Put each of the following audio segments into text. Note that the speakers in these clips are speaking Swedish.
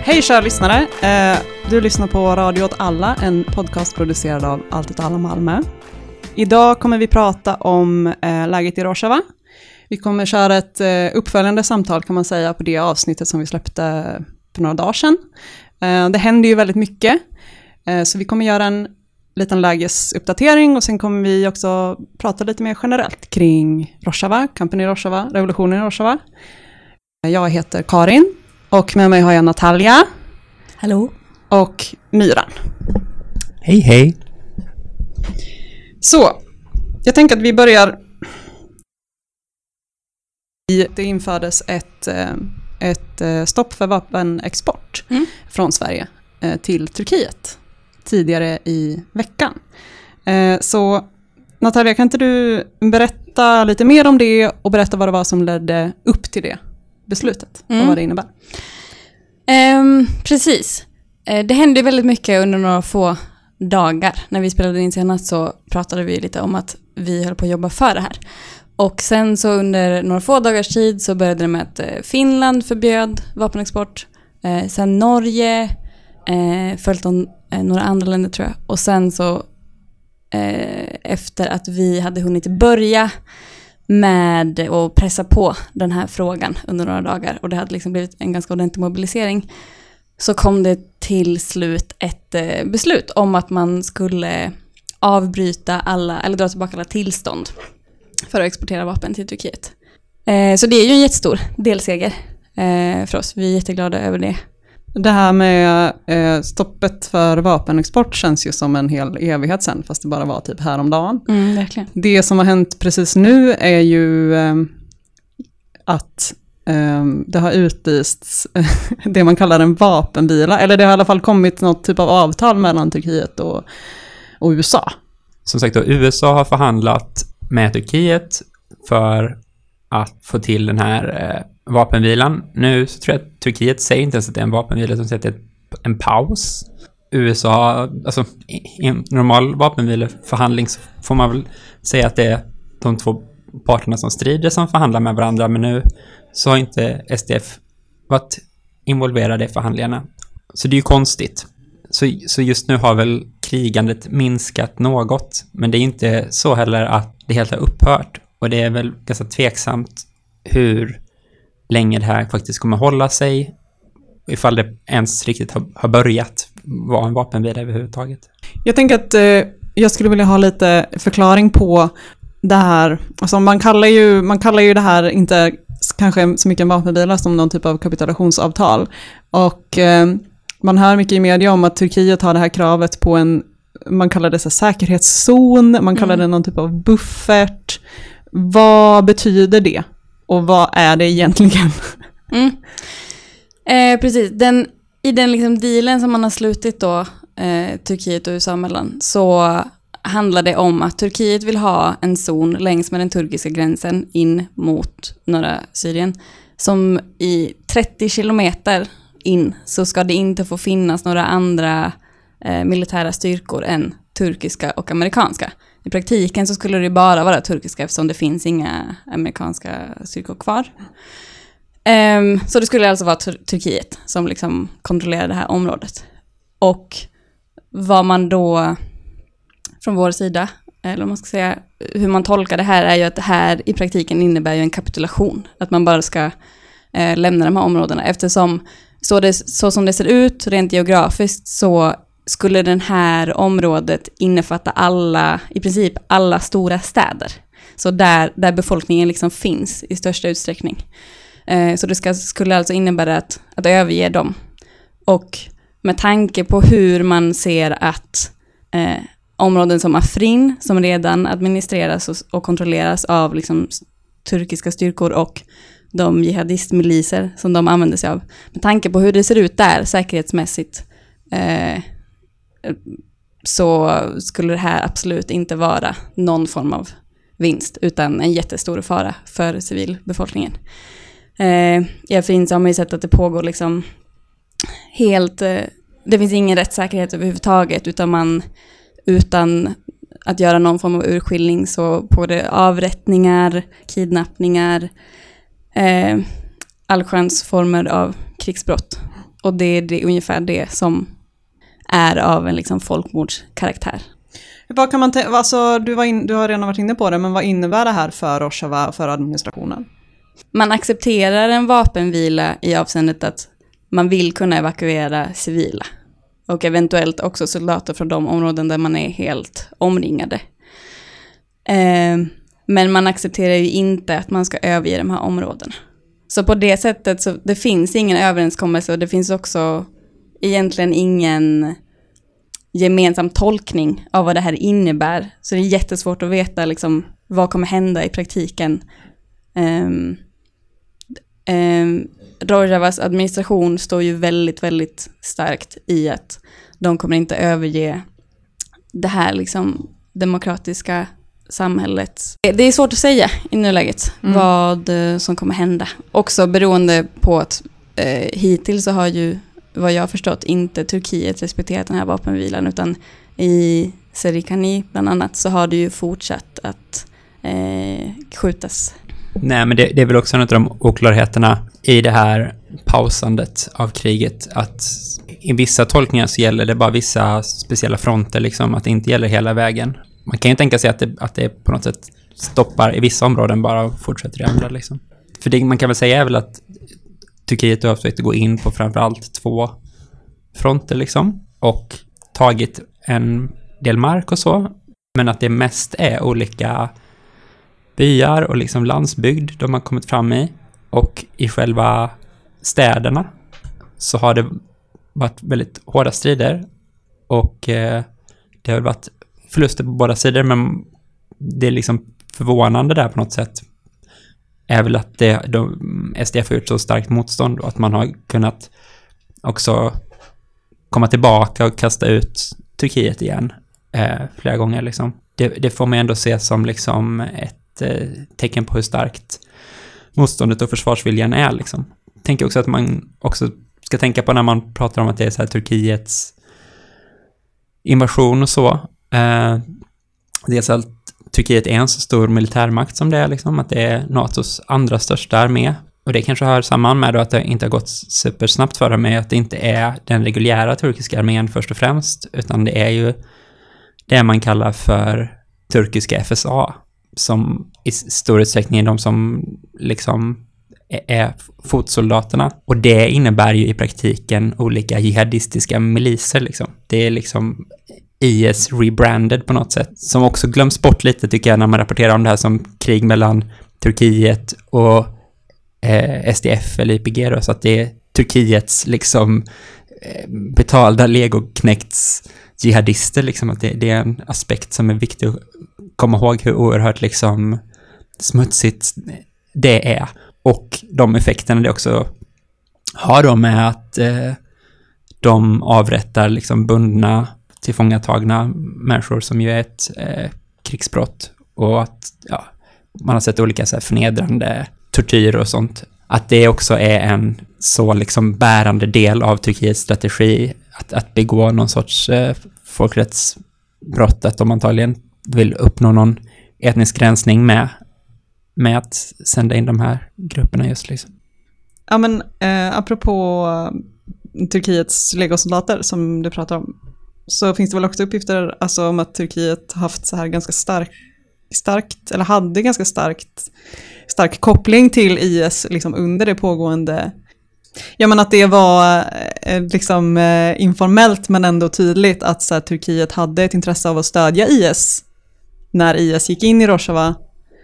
Hej kära lyssnare! Du lyssnar på Radio åt alla, en podcast producerad av Allt åt alla Malmö. Idag kommer vi prata om läget i Rojava. Vi kommer köra ett uppföljande samtal kan man säga på det avsnittet som vi släppte för några dagar sedan. Det händer ju väldigt mycket, så vi kommer göra en liten lägesuppdatering och sen kommer vi också prata lite mer generellt kring Rojava, kampen i Rojava, revolutionen i Rojava. Jag heter Karin och med mig har jag Natalia. Hallå. Och Myran. Hej hej. Så, jag tänker att vi börjar. Det infördes ett stopp för vapenexport från Sverige till Turkiet tidigare i veckan. Så Natalia, kan inte du berätta lite mer om det och berätta vad det var som ledde upp till det beslutet och vad det innebär? Precis. Det hände väldigt mycket under några få dagar. När vi spelade in senast så pratade vi lite om att vi höll på att jobba för det här. Och sen så under några få dagars tid så började det med att Finland förbjöd vapenexport. Sen Norge, följt om några andra länder tror jag. Och sen så efter att vi hade hunnit börja med att pressa på den här frågan under några dagar och det hade liksom blivit en ganska ordentlig mobilisering, så kom det till slut ett beslut om att man skulle avbryta alla, eller dra tillbaka alla tillstånd för att exportera vapen till Turkiet. Så det är ju en jättestor delseger för oss. Vi är jätteglada över det. Det här med stoppet för vapenexport känns ju som en hel evighet sedan, fast det bara var typ häromdagen. Verkligen. Det som har hänt precis nu är ju att det har utlysts det man kallar en vapenvila, eller det har i alla fall kommit något typ av avtal mellan Turkiet och USA. Som sagt då, USA har förhandlat med Turkiet för att få till den här vapenvilan. Nu så tror jag att Turkiet säger inte ens att det är en vapenvila, som säger att det är en paus. USA, alltså i en normal vapenvileförhandling så får man väl säga att det är de två parterna som strider som förhandlar med varandra, men nu så har inte SDF varit involverade i förhandlingarna. Så det är ju konstigt. Så just nu har väl krigandet minskat något, men det är inte så heller att det helt har upphört. Och det är väl ganska tveksamt hur länge det här faktiskt kommer hålla sig, ifall det ens riktigt har börjat vara en vapenvila överhuvudtaget. Jag tänker att jag skulle vilja ha lite förklaring på det här. Alltså man kallar ju det här inte kanske så mycket en vapenvila som någon typ av kapitulationsavtal. Och man hör mycket i media om att Turkiet har det här kravet på man kallar det så säkerhetszon, man kallar det någon typ av buffert. Vad betyder det? Och vad är det egentligen? Precis. I den liksom dealen som man har slutit då, Turkiet och USA mellan, så handlar det om att Turkiet vill ha en zon längs med den turkiska gränsen in mot norra Syrien. Som i 30 kilometer in så ska det inte få finnas några andra militära styrkor än turkiska och amerikanska. I praktiken så skulle det bara vara turkiska eftersom det finns inga amerikanska styrkor kvar. Så det skulle alltså vara Turkiet som liksom kontrollerar det här området. Och vad man då från vår sida, eller om man ska säga hur man tolkar det här, är ju att det här i praktiken innebär ju en kapitulation. Att man bara ska lämna de här områdena. Eftersom så som det ser ut rent geografiskt så skulle det här området innefatta i princip alla stora städer. Så där befolkningen liksom finns i största utsträckning. Så det skulle alltså innebära att överge dem. Och med tanke på hur man ser att områden som Afrin, som redan administreras och kontrolleras av liksom turkiska styrkor och de jihadistmiliser som de använder sig av. Med tanke på hur det ser ut där säkerhetsmässigt så skulle det här absolut inte vara någon form av vinst utan en jättestor fara för civilbefolkningen. I Afrin så har man ju sett att det pågår liksom det finns ingen rättssäkerhet överhuvudtaget utan att göra någon form av urskiljning så pågår det avrättningar, kidnappningar, allsköns former av krigsbrott. Och det är ungefär det som är av en liksom folkmordskaraktär. Vad kan man alltså, du har redan varit inne på det, men vad innebär det här för Rojava, för administrationen? Man accepterar en vapenvila i avseendet att man vill kunna evakuera civila. Och eventuellt också soldater från de områden där man är helt omringade. Men man accepterar ju inte att man ska överge de här områdena. Så på det sättet så det finns ingen överenskommelse och det finns också egentligen ingen gemensam tolkning av vad det här innebär. Så det är jättesvårt att veta liksom, vad kommer hända i praktiken. Rojavas administration står ju väldigt, väldigt starkt i att de kommer inte överge det här liksom demokratiska samhället. Det är svårt att säga i nuläget vad som kommer hända. Också beroende på att hittills så har ju, vad jag har förstått, inte Turkiet respekterat den här vapenvilan, utan i Serikani bland annat så har det ju fortsatt att skjutas. Nej, men det är väl också en av de oklarheterna i det här pausandet av kriget, att i vissa tolkningar så gäller det bara vissa speciella fronter, liksom, att det inte gäller hela vägen. Man kan ju tänka sig att det på något sätt stoppar i vissa områden bara och fortsätter i andra. Liksom. För det man kan väl säga är väl att Turkiet har försökt gå in på framförallt 2 fronter liksom, och tagit en del mark och så, men att det mest är olika byar och liksom landsbygd de har kommit fram i, och i själva städerna så har det varit väldigt hårda strider och det har varit förluster på båda sidor, men det är liksom förvånande där på något sätt är väl att SDF har gjort så starkt motstånd och att man har kunnat också komma tillbaka och kasta ut Turkiet igen flera gånger liksom. Det får man ändå se som liksom ett tecken på hur starkt motståndet och försvarsviljan är liksom. Jag tänker också att man också ska tänka på när man pratar om att det är så här Turkiets invasion och så. Dels att Turkiet är en så stor militärmakt som det är liksom, att det är NATOs andra största armé, och det kanske hör samman med då att det inte har gått supersnabbt för dem, att det inte är den reguljära turkiska armén först och främst, utan det är ju det man kallar för turkiska FSA, som i stor utsträckning är de som liksom är fotsoldaterna, och det innebär ju i praktiken olika jihadistiska miliser liksom. Det är liksom IS rebranded på något sätt, som också glöms bort lite tycker jag när man rapporterar om det här som krig mellan Turkiet och SDF eller YPG då, så att det är Turkiets liksom betalda legoknekts jihadister liksom, att det är en aspekt som är viktig att komma ihåg hur oerhört liksom smutsigt det är, och de effekterna det också har då med att de avrättar liksom bundna tillfångatagna människor, som ju är ett krigsbrott, och att man har sett olika så här förnedrande tortyr och sånt, att det också är en så liksom bärande del av Turkiets strategi att begå någon sorts folkrättsbrott, att de antagligen vill uppnå någon etnisk rensning med att sända in de här grupperna just liksom. Ja, men apropå Turkiets legosoldater som du pratar om, så finns det väl också uppgifter alltså, om att Turkiet haft så här ganska starkt eller hade ganska stark koppling till IS liksom under det pågående. Ja, men att det var liksom informellt men ändå tydligt att så här, Turkiet hade ett intresse av att stödja IS när IS gick in i Rojava,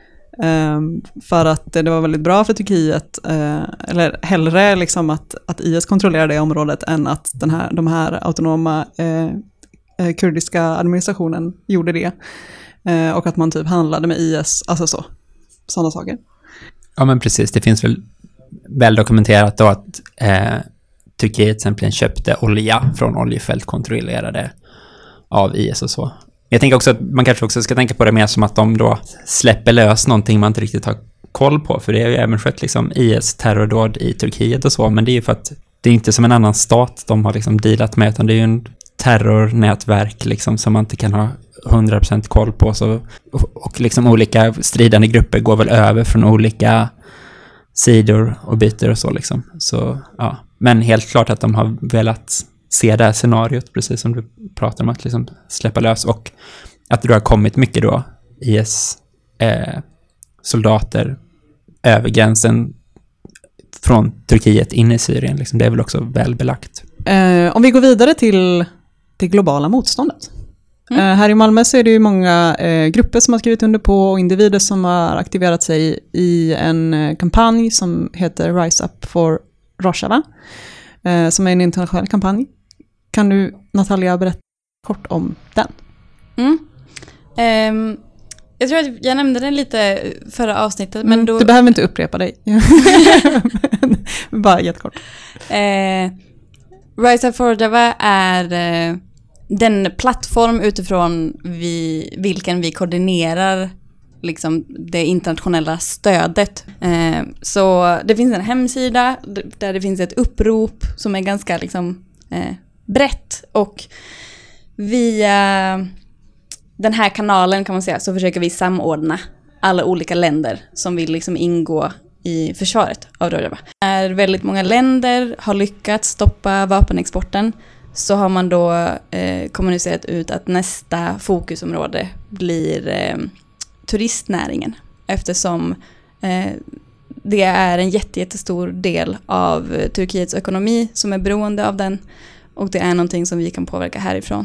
för att det var väldigt bra för Turkiet, eller hellre liksom att IS kontrollerade det området än att de här autonoma kurdiska administrationen gjorde det, och att man typ handlade med IS, alltså sådana saker. Ja, men precis, det finns väl dokumenterat då att Turkiet till exempel köpte olja från oljefält kontrollerade av IS och så. Jag tänker också att man kanske också ska tänka på det mer som att de då släpper lös någonting man inte riktigt har koll på, för det är ju även skett liksom IS-terrordåd i Turkiet och så, men det är ju för att det är inte som en annan stat de har liksom dealat med, utan det är ju en terrornätverk liksom som man inte kan ha 100% koll på, så, och liksom olika stridande grupper går väl över från olika sidor och byter och så liksom. Så ja, Men helt klart att de har velat se det här scenariot, precis som du pratar om, att liksom släppa lös, och att det har kommit mycket då IS soldater över gränsen från Turkiet in i Syrien. Liksom, det är väl också väl belagt. Om vi går vidare till det globala motståndet. Här i Malmö så är det ju många grupper som har skrivit under på, och individer som har aktiverat sig i en kampanj som heter Rise Up for Rojava, som är en internationell kampanj. Kan du, Natalia, berätta kort om den? Jag tror att jag nämnde den lite förra avsnittet. Men då... Du behöver inte upprepa dig. Bara jättekort. Rise Up for Rojava är den plattform utifrån vilken vi koordinerar liksom det internationella stödet. Så det finns en hemsida där det finns ett upprop som är ganska liksom, brett, och via den här kanalen kan man säga så försöker vi samordna alla olika länder som vill liksom ingå i försvaret av Rojava. När väldigt många länder har lyckats stoppa vapenexporten, så har man då kommunicerat ut att nästa fokusområde blir turistnäringen, eftersom det är en jättestor del av Turkiets ekonomi som är beroende av den, och det är någonting som vi kan påverka härifrån.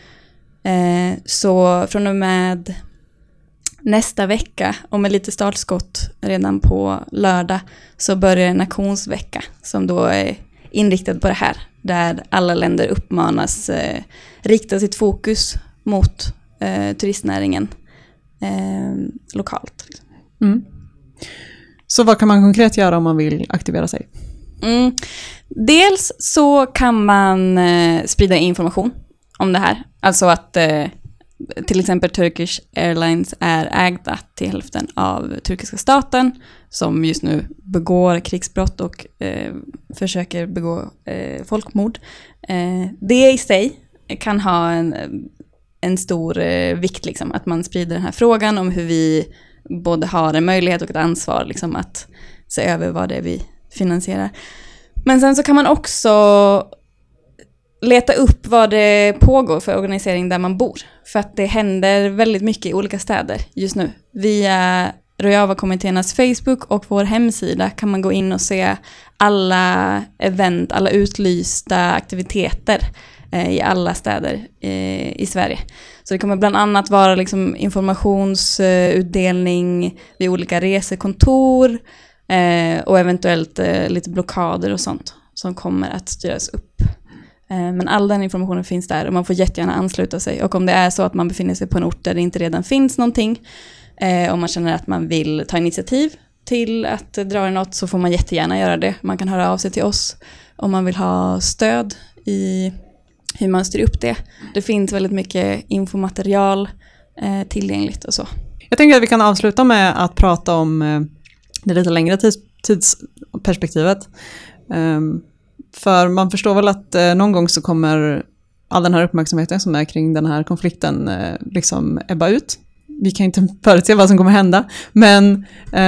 Så från och med nästa vecka, och med lite startskott redan på lördag, så börjar en aktionsvecka som då är inriktad på det här, där alla länder uppmanas rikta sitt fokus mot turistnäringen lokalt. Så vad kan man konkret göra om man vill aktivera sig? Dels så kan man sprida information om det här. Alltså att till exempel Turkish Airlines är ägda till hälften av turkiska staten, som just nu begår krigsbrott och försöker begå folkmord. Det i sig kan ha en stor vikt, liksom, att man sprider den här frågan om hur vi både har en möjlighet och ett ansvar liksom, att se över vad det är vi finansierar. Men sen så kan man också leta upp vad det pågår för organisering där man bor. För att det händer väldigt mycket i olika städer just nu. Via Rojava-kommittéernas Facebook och vår hemsida kan man gå in och se alla event, alla utlysta aktiviteter i alla städer i Sverige. Så det kommer bland annat vara liksom informationsutdelning vid olika resekontor och eventuellt lite blockader och sånt som kommer att styras upp. Men all den informationen finns där, och man får jättegärna ansluta sig. Och om det är så att man befinner sig på en ort där det inte redan finns någonting, och man känner att man vill ta initiativ till att dra i något, så får man jättegärna göra det. Man kan höra av sig till oss om man vill ha stöd i hur man styr upp det. Det finns väldigt mycket infomaterial tillgängligt och så. Jag tänker att vi kan avsluta med att prata om det lite längre tidsperspektivet. För man förstår väl att någon gång så kommer all den här uppmärksamheten som är kring den här konflikten liksom ebba ut. Vi kan inte förutse vad som kommer hända. Men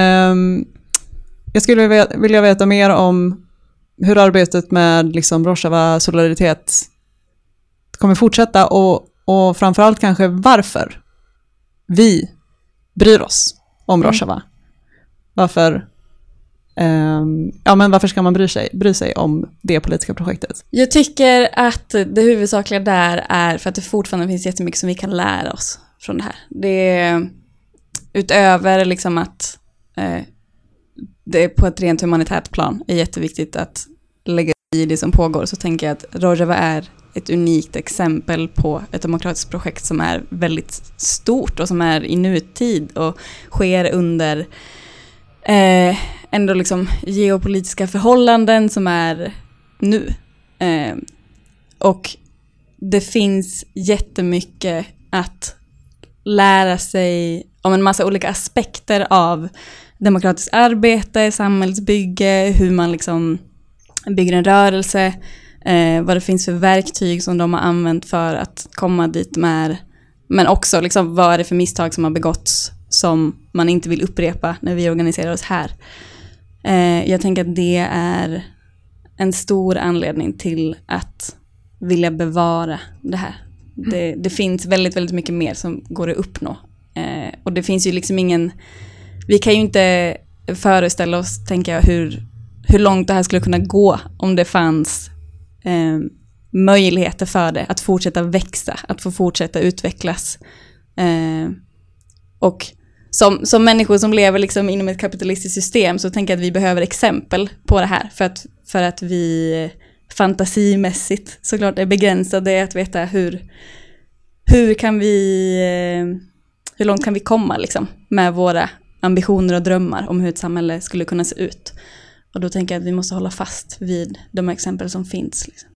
jag skulle vilja veta mer om hur arbetet med liksom Rojava solidaritet kommer fortsätta, och framförallt kanske varför vi bryr oss om Rojava. Varför ska man bry sig om det politiska projektet? Jag tycker att det huvudsakliga där är för att det fortfarande finns jättemycket som vi kan lära oss från det här. Det är utöver liksom att det är på ett rent humanitärt plan är jätteviktigt att lägga i det som pågår, så tänker jag att Rojava är ett unikt exempel på ett demokratiskt projekt som är väldigt stort och som är i nutid och sker under ändå liksom geopolitiska förhållanden som är nu. Och det finns jättemycket att lära sig om en massa olika aspekter av demokratiskt arbete, samhällsbygge, hur man liksom bygger en rörelse, vad det finns för verktyg som de har använt för att komma dit de är, men också liksom, vad är det för misstag som har begåtts som man inte vill upprepa när vi organiserar oss här. Jag tänker att det är en stor anledning till att vilja bevara det här. Det finns väldigt, väldigt mycket mer som går att uppnå. Och det finns ju liksom vi kan ju inte föreställa oss, tänker jag, hur långt det här skulle kunna gå om det fanns möjligheter för det att fortsätta växa, att få fortsätta utvecklas. Och som människor som lever liksom inom ett kapitalistiskt system, så tänker jag att vi behöver exempel på det här för att vi fantasimässigt såklart är begränsade att veta hur långt kan vi komma liksom, med våra ambitioner och drömmar om hur ett samhälle skulle kunna se ut. Och då tänker jag att vi måste hålla fast vid de exempel som finns. Liksom.